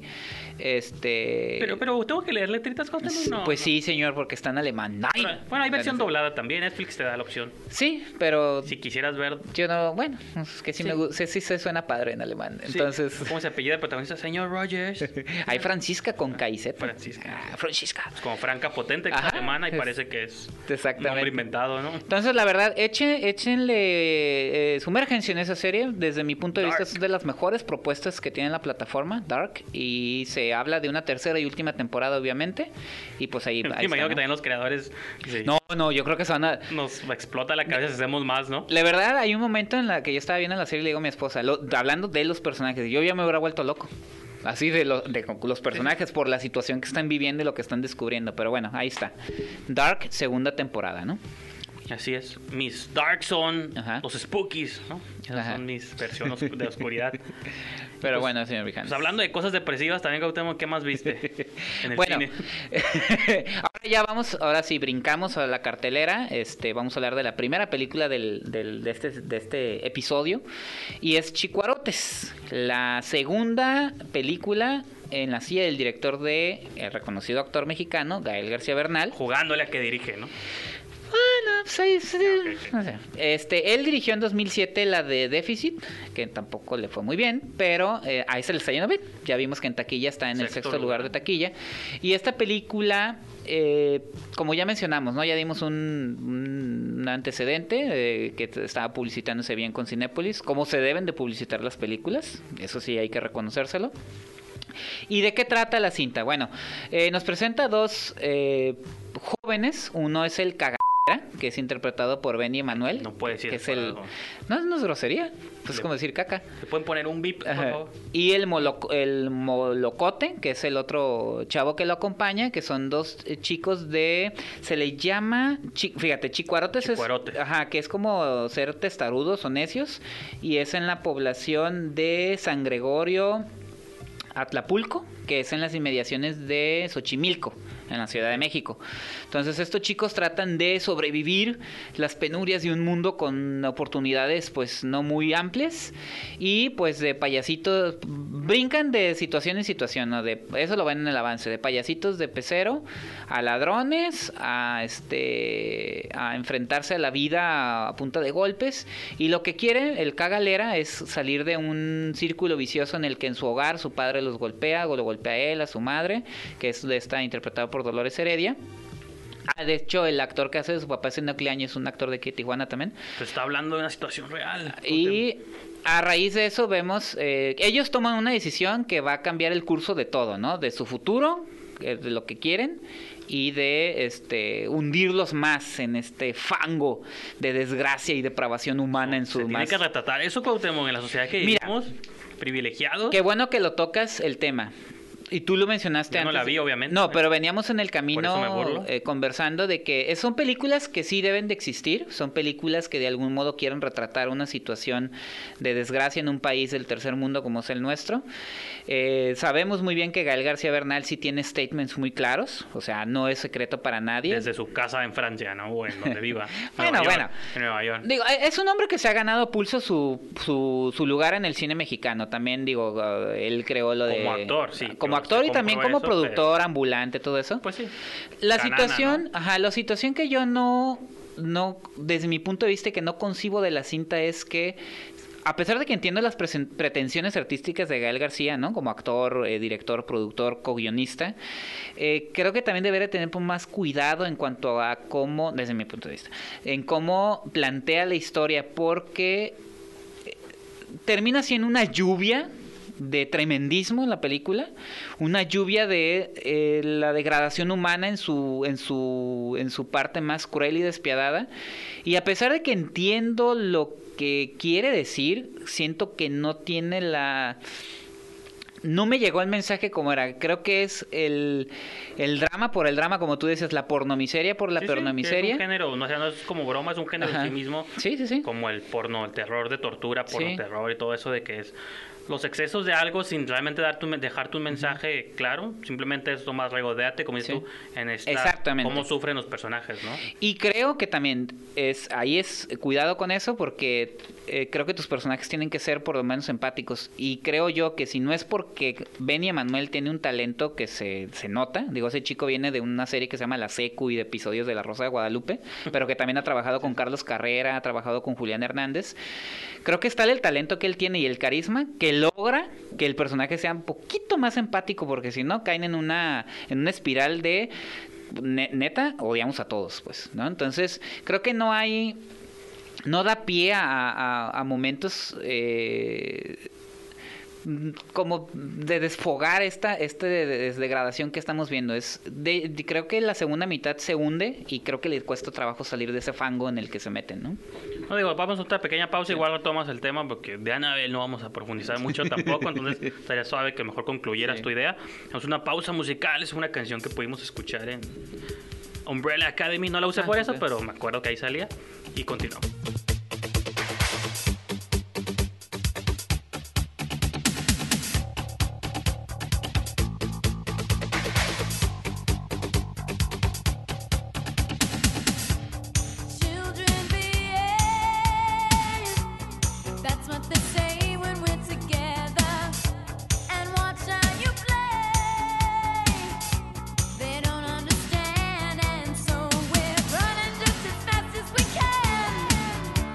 Este. Pero, pero tengo que leer letritas con no, Pues no. sí, señor, porque está en alemán. ¡Ay! Bueno, bueno, hay versión Bueno, doblada también. Netflix te da la opción. Sí, pero Si quisieras ver. yo no, bueno, es que sí, Sí. me gusta, sí, sí se suena padre en alemán. Sí, Entonces, ¿cómo se apellida el protagonista? Señor Rogers. hay Francisca con K y Z. Francisca. Ah, Francisca. Como Franca Potente, que es Ajá, alemana y es- parece que es un Exactamente. nombre inventado, ¿no? Entonces, la verdad, eche, échenle eh, sumérgense en esa serie. Desde mi punto de Dark. vista, es de las mejores propuestas que tiene la plataforma, Dark. Y se habla de una tercera y última temporada, obviamente. Y pues ahí. Me ahí imagino está, que ¿no? también los creadores sí, No, no, yo creo que se van a. nos explota la cabeza si hacemos más, ¿no? La verdad, hay un momento en la que yo estaba viendo la serie y le digo a mi esposa, lo- hablando de los personajes, yo ya me hubiera vuelto loco. Así de, lo- de los personajes por la situación que están viviendo y lo que están descubriendo. Pero bueno, ahí está. Dark, segunda temporada, ¿no? Así es. Mis Dark son Ajá. los Spookies, ¿no? Esas Ajá. son mis versiones de oscuridad. Pero Pues- bueno, señor Vijano. Pues hablando de cosas depresivas, también, Cuauhtémoc, ¿qué más viste en el Bueno, cine? ahora ya vamos, ahora sí, brincamos a la cartelera. Este, vamos a hablar de la primera película del, del- de, este, de este episodio. Y es Chicuarotes, la segunda película en la silla del director de el reconocido actor mexicano, Gael García Bernal. Jugándole a que dirige, ¿no? Bueno, pues ahí sí, ok, ok. no sé. Este, él dirigió en dos mil siete la de Déficit, que tampoco le fue muy bien, pero eh, ahí se le está yendo bien. Ya vimos que en taquilla está en el Sexto sexto lugar lugar. de taquilla. Y esta película, eh, como ya mencionamos, ¿no? Ya dimos un, un- un antecedente eh, que t- estaba publicitándose bien con Cinépolis, cómo se deben de publicitar las películas, eso sí hay que reconocérselo. ¿Y de qué trata la cinta? Bueno, eh, nos presenta dos eh, jóvenes. Uno es el cagadera, que es interpretado por Benny Emanuel. No puede decir que es eso, el. no. No, no es grosería. Pues es Le- como decir caca. ¿Le pueden poner un bip, por Ajá. favor? Y el, moloco- el molocote, que es el otro chavo que lo acompaña, que son dos eh, chicos de... Se le llama... chi- fíjate, chicuarotes Chicuarotes. es... Ajá, que es como ser testarudos o necios. Y es en la población de San Gregorio... Atlapulco, que es en las inmediaciones de Xochimilco, en la Ciudad de México. Entonces estos chicos tratan de sobrevivir las penurias de un mundo con oportunidades pues no muy amplias y pues de payasitos, brincan de situación en situación, ¿no? De, eso lo ven en el avance, de payasitos de pecero a ladrones, a este a enfrentarse a la vida a punta de golpes, y lo que quiere el cagalera es salir de un círculo vicioso en el que en su hogar su padre los golpea, o lo golpea a él, a su madre, que es está interpretado por Dolores Heredia. Ah, de hecho, el actor que hace de su papá es Enoch Leaño, es un actor de aquí de Tijuana también. Pues está hablando de una situación real. Y a raíz de eso vemos, eh, ellos toman una decisión que va a cambiar el curso de todo, ¿no? De su futuro, eh, de lo que quieren, y de este hundirlos más en este fango de desgracia y depravación humana en Se su tiene más... que retratar eso, Cuauhtémoc, en la sociedad que Mira, vivimos, privilegiados. Qué bueno que lo tocas el tema. Y tú lo mencionaste Yo antes. no la vi, obviamente. No, pero veníamos en el Por eso me camino burlo. eh, conversando de que son películas que sí deben de existir, son películas que de algún modo quieren retratar una situación de desgracia en un país del tercer mundo como es el nuestro. Eh, sabemos muy bien que Gael García Bernal sí tiene statements muy claros, o sea, no es secreto para nadie. Desde su casa en Francia, ¿no? O en donde viva. Bueno, Nueva bueno. York, en Nueva York. Digo, es un hombre que se ha ganado a pulso su, su, su lugar en el cine mexicano. También, digo, uh, él creó lo de... Como actor, sí, Como pero actor se y también compró como eso, productor, ambulante, todo eso. Pues sí. La Canana, situación, ¿no? ajá, la situación que yo no, no, desde mi punto de vista, que no concibo de la cinta es que, a pesar de que entiendo las presen- pretensiones artísticas de Gael García, ¿no? Como actor, eh, director, productor, co-guionista, eh, creo que también debería tener pues, más cuidado en cuanto a cómo, desde mi punto de vista, en cómo plantea la historia, porque eh, termina siendo una lluvia de tremendismo en la película, una lluvia de eh, la degradación humana en su en su en su parte más cruel y despiadada, y a pesar de que entiendo lo que quiere decir, siento que no tiene la no me llegó el mensaje como era. Creo que es el, el drama por el drama, como tú dices, la pornomiseria por la Sí, sí, que pornomiseria. es un género, no, o sea, no es como broma, es un género Ajá. en sí mismo. Sí, sí, sí. Como el porno, el terror de tortura, porno, Sí. terror y todo eso de que es los excesos de algo sin realmente dar tu, dejar tu mensaje claro. Simplemente es más regodeate, como dices Sí. tú, en esta, Exactamente. cómo sufren los personajes, ¿no? Y creo que también es ahí es cuidado con eso, porque eh, creo que tus personajes tienen que ser por lo menos empáticos, y creo yo que si no es porque Benny Emanuel tiene un talento que se, se nota, digo, ese chico viene de una serie que se llama La Secu y de episodios de La Rosa de Guadalupe, pero que también ha trabajado con Carlos Carrera, ha trabajado con Julián Hernández. Creo que está el talento que él tiene y el carisma que logra que el personaje sea un poquito más empático, porque si no caen en una en una espiral de ne- neta odiamos a todos, pues, ¿no? Entonces creo que no hay no da pie a, a, a momentos eh, como de desfogar esta, esta de- de- degradación que estamos viendo. Es de, de- creo que la segunda mitad se hunde y creo que le cuesta trabajo salir de ese fango en el que se meten, ¿no? No digo, vamos a otra pequeña pausa, igual retomas el tema porque de Annabelle no vamos a profundizar mucho tampoco, entonces estaría suave que mejor concluyeras Sí. tu idea. Vamos a una pausa musical, es una canción que pudimos escuchar en Umbrella Academy, no la usé Ah, por eso, ok. pero me acuerdo que ahí salía y continuamos. Children behave. That's what they say when we're together. And watch how you play. They don't understand, and so we're running just as fast as we can.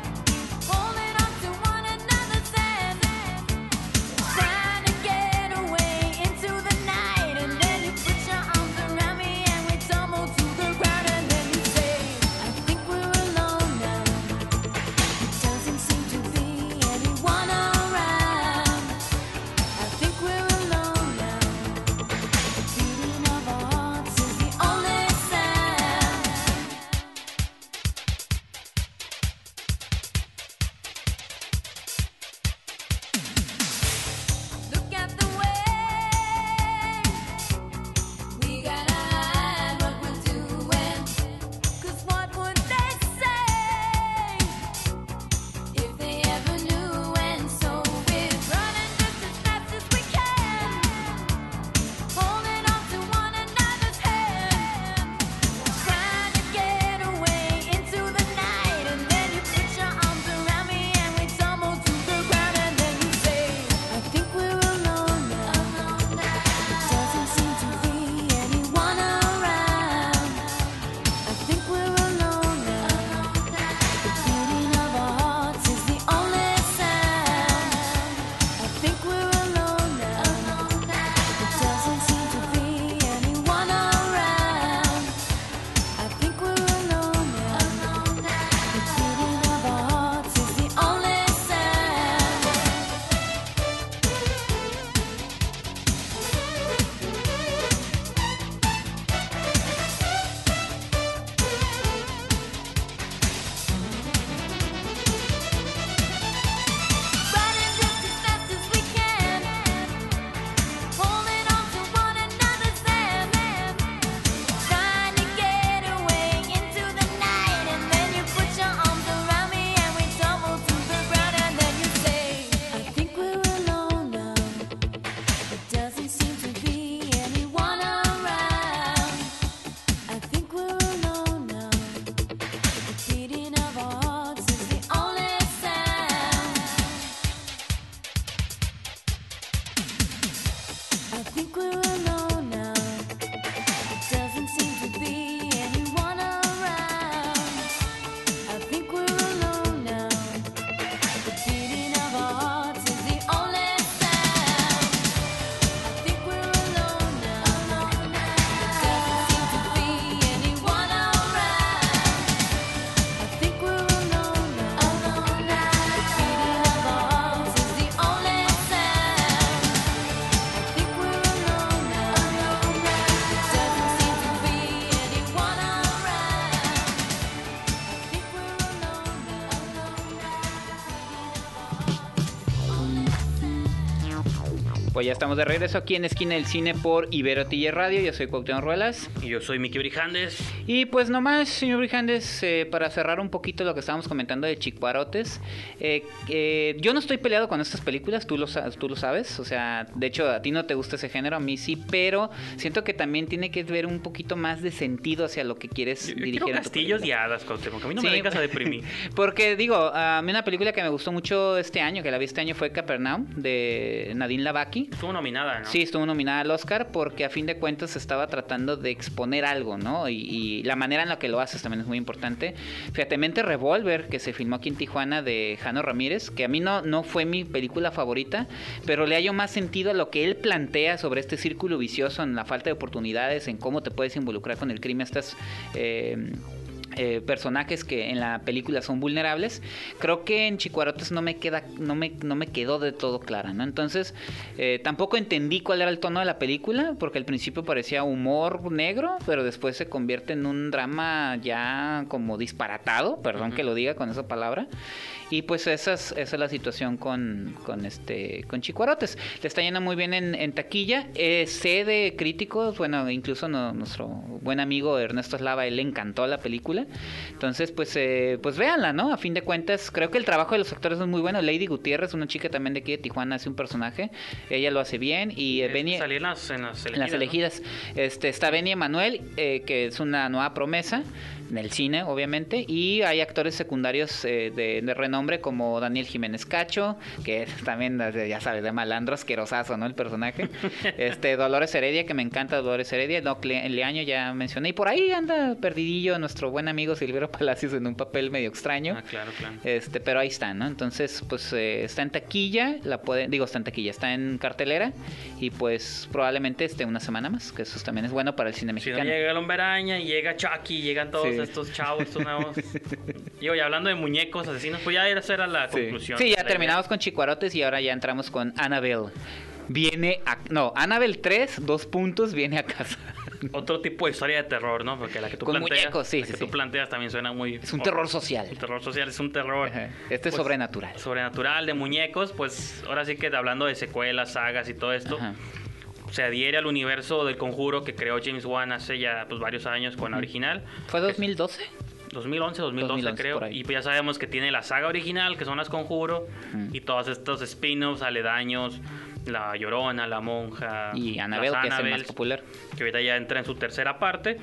Pues ya estamos de regreso aquí en Esquina del Cine por Ibero T V Radio. Yo soy Cuauhtémoc Ruelas. Y yo soy Miki Brijandes. Y pues nomás, señor Brijandes, eh, para cerrar un poquito lo que estábamos comentando de Chicuarotes. Eh, eh, yo no estoy peleado con estas películas, tú lo, tú lo sabes. O sea, de hecho, a ti no te gusta ese género, a mí sí. Pero siento que también tiene que ver un poquito más de sentido hacia lo que quieres Yo, yo dirigir. quiero en tu castillos y película. hadas, Cuauhtémoc. A mí no Sí, me vengas a deprimir. Porque digo, a mí una película que me gustó mucho este año, que la vi este año, fue Capernaum, de Nadine Lavaki. Estuvo nominada, ¿no? Sí, estuvo nominada al Oscar porque a fin de cuentas se estaba tratando de exponer algo, ¿no? Y, y la manera en la que lo haces también es muy importante. Fíjate, Mente Revolver, que se filmó aquí en Tijuana, de Jano Ramírez, que a mí no, no fue mi película favorita, pero le hallo más sentido a lo que él plantea sobre este círculo vicioso, en la falta de oportunidades, en cómo te puedes involucrar con el crimen, estas... Eh, Eh, personajes que en la película son vulnerables. Creo que en Chicuarotes no me queda, no me, no me quedó de todo clara, ¿no? Entonces, eh, tampoco entendí cuál era el tono de la película, porque al principio parecía humor negro, pero después se convierte en un drama ya como disparatado, perdón uh-huh. que lo diga con esa palabra. Y pues esa es, esa es la situación con, con este con Chicuarotes. Le está yendo muy bien en, en taquilla. Eh, sé de críticos, bueno, incluso no, nuestro buen amigo Ernesto Eslava, él le encantó la película. Entonces, pues eh, pues véanla, ¿no? A fin de cuentas, creo que el trabajo de los actores es muy bueno. Lady Gutiérrez, una chica también de aquí de Tijuana, hace un personaje. Ella lo hace bien. Y eh, Benny... Salí en las, en las elegidas. En las elegidas. ¿No? Este, está Benny Emanuel, eh, que es una nueva promesa en el cine, obviamente, y hay actores secundarios eh, de, de renombre como Daniel Jiménez Cacho, que es también, ya sabes, de malandro asquerosazo, ¿no? El personaje. este Dolores Heredia, que me encanta Dolores Heredia, no, Leaño ya mencioné, y por ahí anda perdidillo nuestro buen amigo Silverio Palacios en un papel medio extraño. Ah, claro, claro. Este, pero ahí está, ¿no? Entonces, pues eh, está en taquilla, la pueden, digo, está en taquilla, está en cartelera, y pues probablemente esté una semana más, que eso también es bueno para el cine Si mexicano. no llega el Hombre Araña, y llega Chucky, llegan todos Sí. estos chavos, estos nuevos. Y oye, hablando de muñecos asesinos, pues ya esa era la Sí. conclusión. Sí, ya La terminamos con Chicuarotes y ahora ya entramos con Annabelle. Viene a... No, Annabelle tres, dos puntos, viene a casa. idea. Otro tipo de historia de terror, ¿no? Porque la que tú Con planteas, muñecos, sí, la que sí, tú sí. planteas también suena muy... Es un terror social. El terror social es un terror... Ajá. Este es pues, sobrenatural. Sobrenatural, de muñecos, pues ahora sí que hablando de secuelas, sagas y todo esto... Ajá. Se adhiere al universo del Conjuro que creó James Wan hace ya pues, varios años con la original. ¿Fue dos mil doce? dos mil once, dos mil doce, dos mil once, creo. por ahí. Y pues ya sabemos que tiene la saga original, que son las Conjuro, Mm. y todos estos spin-offs, aledaños, la Llorona, la Monja, Y Annabelle, las que es el más Annabelles, popular. que ahorita ya entra en su tercera parte.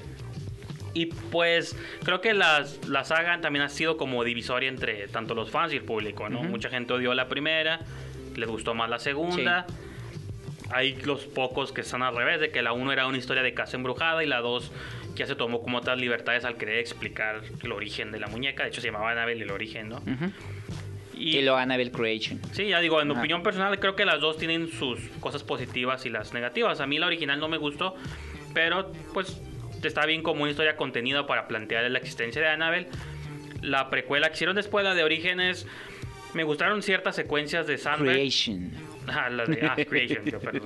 Y pues creo que las, la saga también ha sido como divisoria entre tanto los fans y el público, ¿no? Ujú. Mucha gente odió la primera, les gustó más la segunda. Sí. Hay los pocos que están al revés, de que la uno era una historia de casa embrujada y la dos ya se tomó como otras libertades al querer explicar el origen de la muñeca. De hecho se llamaba Annabelle el origen, ¿no? Ujú. Y, Y lo Annabelle Creation. sí, ya digo, en Ajá. opinión personal creo que las dos tienen sus cosas positivas y las negativas. A mí la original no me gustó, pero pues está bien como una historia contenida para plantear la existencia de Annabelle. La precuela que hicieron después, la de Orígenes, me gustaron ciertas secuencias de Sandberg. Creation. Ah, la de ah, Creation, yo, perdón.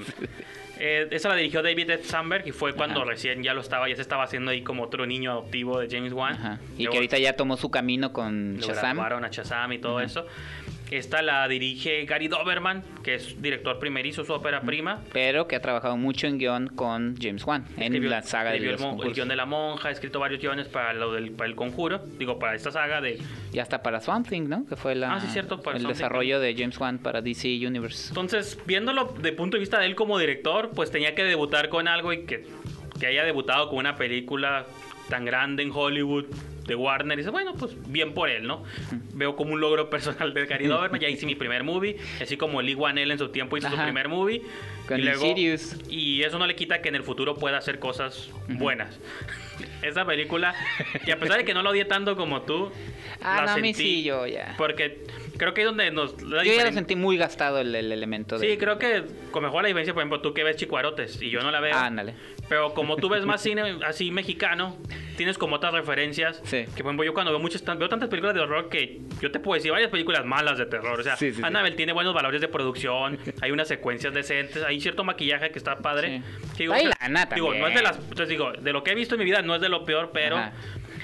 Eh, esa la dirigió David F. Sandberg y fue cuando Ajá. recién ya lo estaba, ya se estaba haciendo ahí como otro niño adoptivo de James Wan. Ajá. Y Luego que ahorita ya tomó su camino con lo Shazam. grabaron a Shazam y todo Ajá. eso. Esta la dirige Gary Doberman, que es director primerizo, su ópera prima. Pero que ha trabajado mucho en guión con James Wan. En Escribió- la saga de escribió los el, mon- el concursos. guión de la monja, ha escrito varios guiones para lo del para el conjuro, digo, para esta saga de... Y hasta para Swamp Thing, ¿no? Que fue la, Ah, sí, cierto, para el Swamp Thing. desarrollo de James Wan para D C Universe. Entonces, viéndolo de punto de vista de él como director, pues tenía que debutar con algo y que, que haya debutado con una película tan grande en Hollywood de Warner. Y dice, bueno, pues bien por él, ¿no? Veo como un logro personal de Gary Doberman. Ya hice mi primer movie, así como Lee Wanell en su tiempo hizo Ajá. su primer movie. Con y luego, Insidious. y eso no le quita que en el futuro pueda hacer cosas buenas. Esa película, y a pesar de que no la odié tanto como tú, Ah, la no, a mí sentí, sí, yo ya. porque creo que es donde nos... la Yo ya lo diferen- sentí muy gastado el, el elemento de... Sí, creo que con mejor la diferencia, por ejemplo, tú que ves Chicuarotes y yo no la veo. Ah, ándale. Pero como tú ves más cine así mexicano, tienes como otras referencias. Sí. Que por ejemplo, yo cuando veo muchas, veo tantas películas de horror que yo te puedo decir varias películas malas de terror. O sea, Sí, sí, sí. Annabelle tiene buenos valores de producción, hay unas secuencias decentes, hay cierto maquillaje que está padre. Sí. Que digo, Hay o sea, lana digo, no también. es de las, entonces digo, de lo que he visto en mi vida no es de lo peor, pero Ajá.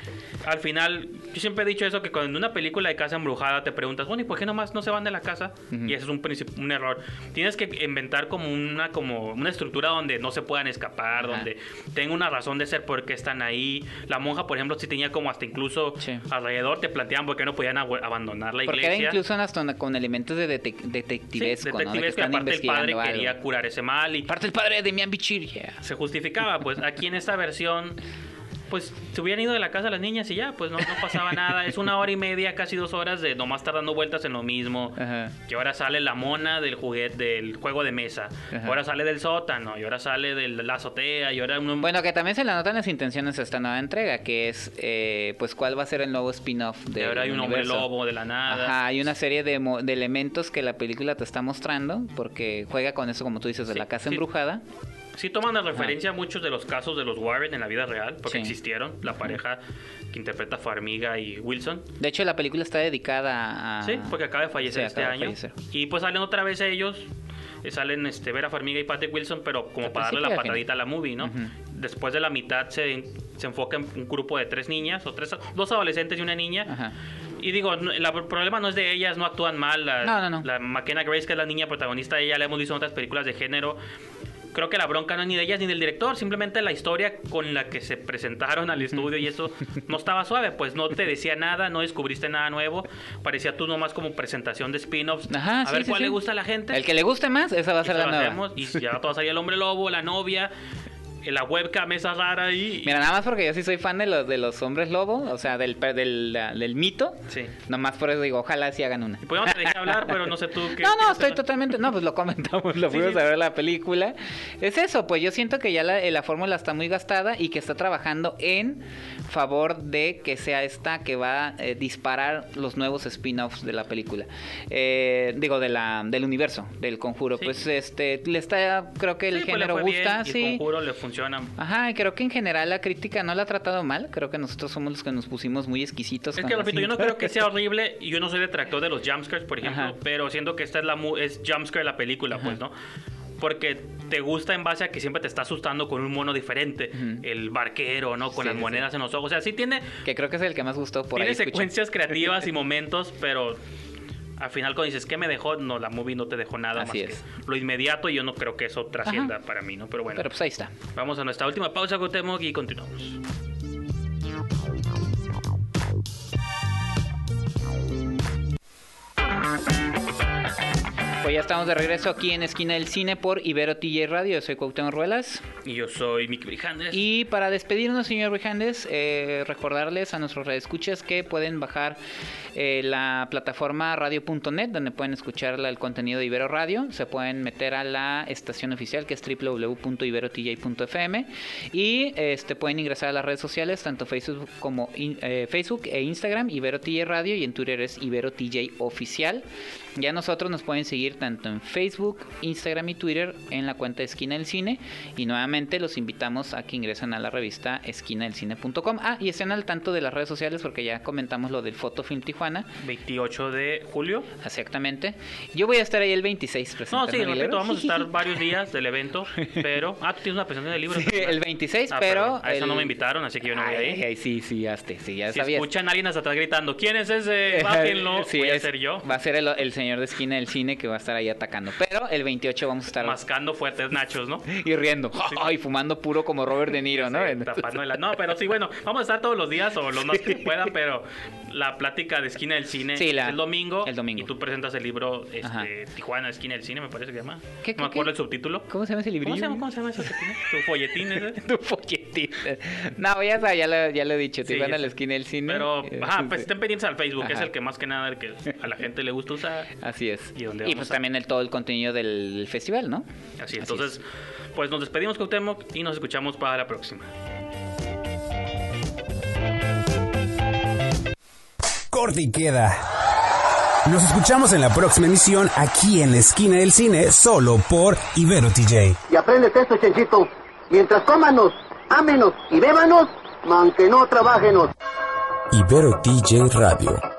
al final, yo siempre he dicho eso, que cuando en una película de casa embrujada te preguntas, bueno, ¿y por qué nomás no se van de la casa? Uh-huh. Y ese es un, princip- un error. Tienes que inventar como una, como una estructura donde no se puedan escapar, uh-huh. donde tenga una razón de ser por qué están ahí. La monja, por ejemplo, sí tenía como hasta incluso sí. alrededor te planteaban por qué no podían ab- abandonar la Porque iglesia. Porque era incluso hasta con elementos de detec- detectivesco, sí, detectivesco, ¿no? De que y aparte el padre algo. quería curar ese mal. Y aparte el padre de Demian Bichir, yeah. Se justificaba, pues aquí en esta versión... pues se hubieran ido de la casa las niñas y ya, pues no, no pasaba nada. Es una hora y media, casi dos horas de nomás estar dando vueltas en lo mismo. Ajá. Que ahora sale la mona del juguete, del juego de mesa. Ajá. Ahora sale del sótano, y ahora sale de la azotea, y ahora... Un... Bueno, que también se le notan las intenciones de esta nueva entrega, que es, eh, pues, cuál va a ser el nuevo spin-off de... ahora hay un universo. Hombre Lobo de la nada. Ajá, hay una serie de, mo- de elementos que la película te está mostrando, porque juega con eso, como tú dices, de sí, la casa sí. embrujada. Sí toman de referencia ah. muchos de los casos de los Warren en la vida real, porque sí. existieron, la pareja que interpreta a Farmiga y Wilson. De hecho, la película está dedicada a... Sí, porque acaba de fallecer sí, este año. Fallecer. Y pues salen otra vez ellos, salen este, Vera Farmiga y Patrick Wilson, pero como para darle la patadita a la movie, ¿no? Uh-huh. Después de la mitad se, se enfoca en un grupo de tres niñas, o tres, dos adolescentes y una niña. Uh-huh. Y digo, el problema no es de ellas, no actúan mal. La, no, no, no. La McKenna Grace, que es la niña protagonista, ella la hemos visto en otras películas de género. Creo que la bronca no es ni de ellas ni del director, simplemente la historia con la que se presentaron al estudio y eso no estaba suave, pues no te decía nada, no descubriste nada nuevo, parecía tú nomás como presentación de spin-offs. Ajá, a sí, ver sí, cuál sí. le gusta a la gente. El que le guste más, esa va a ser la nueva. Hacemos, y ya todo salía el hombre lobo, la novia, la webcam esa rara ahí. Mira, nada más porque yo sí soy fan de los de los hombres lobo, o sea, del del, del, del mito. Sí. Nada más por eso digo, ojalá sí hagan una. Y pues no te dejé hablar, pero no sé tú qué. No, no, estoy hacer. totalmente. No, pues lo comentamos, lo sí, fuimos sí. a ver la película. Es eso, pues yo siento que ya la, la fórmula está muy gastada y que está trabajando en favor de que sea esta que va a eh, disparar los nuevos spin-offs de la película. Eh, digo, de la del universo, del Conjuro. Sí. Pues este, le está, creo que el sí, género pues gusta. Bien, sí. Y el Conjuro le funciona. Ajá, creo que en general la crítica no la ha tratado mal. Creo que nosotros somos los que nos pusimos muy exquisitos. Es que repito, yo no creo que sea horrible y yo no soy detractor de los jumpscares, por ejemplo, Ajá. pero siento que esta es la es jumpscare la película, Ajá. pues, ¿no? Porque te gusta en base a que siempre te está asustando con un mono diferente. Uh-huh. El barquero, ¿no? Con sí, las monedas sí. en los ojos. O sea, sí tiene... Que creo que es el que más gustó por tiene ahí. Tiene secuencias creativas y momentos, pero... Al final cuando dices, ¿qué me dejó? No, la movie no te dejó nada Así más es. que lo inmediato y yo no creo que eso trascienda Ajá. para mí, ¿no? Pero bueno. Pero pues ahí está. Vamos a nuestra última pausa, Cuauhtémoc, y continuamos. Pues ya estamos de regreso aquí en Esquina del Cine por Ibero T J Radio. Yo soy Cuauhtémoc Ruelas. Y yo soy Miki Brijandes. Y para despedirnos, señor Brijandes, eh, recordarles a nuestros radioescuchas que pueden bajar eh, la plataforma radio punto net, donde pueden escuchar la, el contenido de Ibero Radio. Se pueden meter a la estación oficial, que es doble u doble u doble u punto ibero t j punto f m. Y este, pueden ingresar a las redes sociales, tanto Facebook como in, eh, Facebook e Instagram, Ibero T J Radio, y en Twitter es Ibero T J Oficial. Ya nosotros nos pueden seguir tanto en Facebook, Instagram y Twitter en la cuenta de Esquina del Cine. Y nuevamente los invitamos a que ingresen a la revista esquina del cine punto com. Ah, y estén al tanto de las redes sociales porque ya comentamos lo del Fotofilm Tijuana. veintiocho de julio. Exactamente. Yo voy a estar ahí el veintiséis presentando. No, sí, repito, vamos a estar varios días del evento, pero... Ah, tú tienes una presentación de libros. Sí, el veintiséis, ah, pero... A eso el... no me invitaron, así que yo no voy a ir. Ay, sí, sí, ya, te, sí, ya si sabías. escuchan a alguien hasta atrás gritando, ¿quién es ese? Bájenlo, sí, voy a es, ser yo. Va a ser el, el señor de Esquina del Cine que va a estar ahí atacando. Pero el veintiocho vamos a estar... Mascando fuertes nachos, ¿no? Y riendo. Sí. Y fumando puro como Robert De Niro, ¿no? Sí, tapando la... No, pero sí, bueno, vamos a estar todos los días o los más que puedan, pero la plática de Esquina del Cine sí, la... es el domingo. El domingo. Y tú presentas el libro este, Tijuana, Esquina del Cine, me parece que se llama. ¿Qué, no me acuerdo el subtítulo. ¿Cómo se llama ese librillo? ¿Cómo se llama, ¿Cómo se llama ese subtítulo? Tu folletín ese. Tu folletín. No, ya, sabes, ya, lo, ya lo he dicho. Sí, Tijuana, la Esquina del Cine. Pero, ajá, pues estén pendientes al Facebook, que es el que más que nada el que a la gente le gusta usar. Así es. Y, y pues a... también el, todo el contenido del festival, ¿no? Así, Así entonces, es. Pues nos despedimos, Cuauhtémoc, y nos escuchamos para la próxima. Corte y queda. Nos escuchamos en la próxima emisión aquí en la Esquina del Cine, solo por Ibero T J. Y aprendes esto, Chenchito. Mientras cómanos, ámenos y bébanos, aunque no trabajenos. Ibero T J Radio.